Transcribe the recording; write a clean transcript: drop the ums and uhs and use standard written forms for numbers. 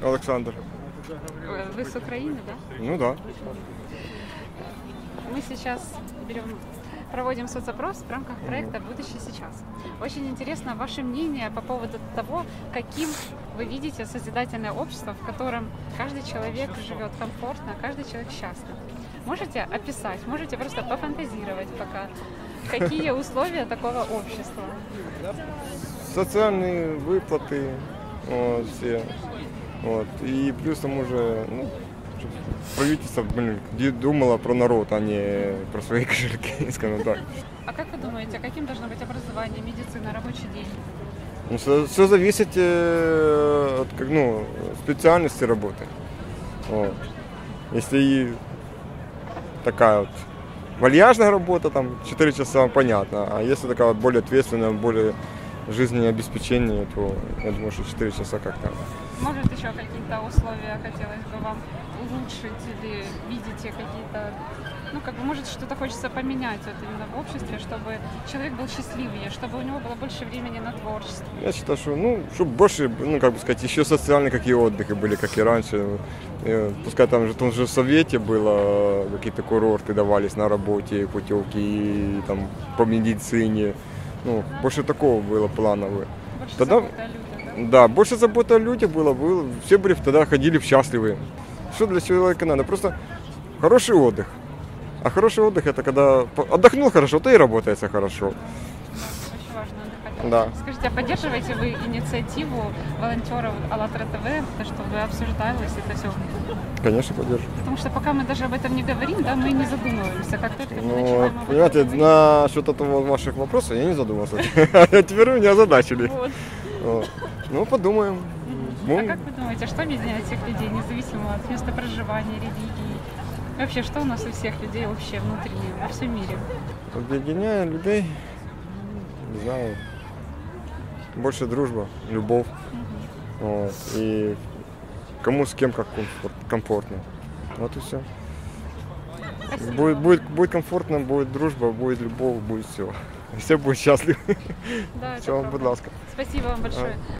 Александр. Вы с Украины, да? Ну да. Мы сейчас проводим соцопрос в рамках проекта «Будущее сейчас». Очень интересно ваше мнение по поводу того, каким вы видите созидательное общество, в котором каждый человек живет комфортно, каждый человек счастлив. Можете описать, можете просто пофантазировать пока, какие условия такого общества? Социальные выплаты вот, все. Вот. И плюс тому же правительство думало про народ, а не про свои кошельки, скажем так. А как вы думаете, каким должно быть образование, медицина, рабочий день? Все зависит от специальности работы. Вот. Если такая вот вальяжная работа, там 4 часа, понятно. А если такая вот более ответственная, более жизнеобеспечение, то я думаю, что 4 часа как-то. Может, еще какие-то условия хотелось бы вам улучшить или видите какие-то, может, что-то хочется поменять вот именно в обществе, чтобы человек был счастливее, чтобы у него было больше времени на творчество? Я считаю, что, чтобы больше, еще социальные какие отдыхи были, как и раньше. Пускай там же в том же Совете было, какие-то курорты давались на работе, путевки и там по медицине. Больше такого было планового. Больше тогда, заботы о людях, да? Да, больше заботы о людях было. Все были тогда ходили счастливые. Что для человека надо? Просто хороший отдых. А хороший отдых это когда отдохнул хорошо, то и работается хорошо. Очень важно отдыхать. Да. Скажите, а поддерживаете вы инициативу волонтеров АЛЛАТРА ТВ, то, чтобы обсуждалось это все? Конечно, поддерживаю. Потому что пока мы даже об этом не говорим, да, мы не задумываемся, как только мы начинаем об этом понимаете, говорить. насчет этого ваших вопросов я не задумался. А теперь вы меня озадачили. Вот. Подумаем. А как вы думаете, что объединяет всех людей, независимо от места проживания, религии? Вообще, что у нас у всех людей вообще внутреннее во всем мире? Объединяет людей, не знаю, больше дружба, любовь. Вот. И кому с кем как комфортно. Вот и все. Будет комфортно, будет дружба, будет любовь, будет все. Все будут счастливы. Да, Все, будь ласка. Спасибо вам большое.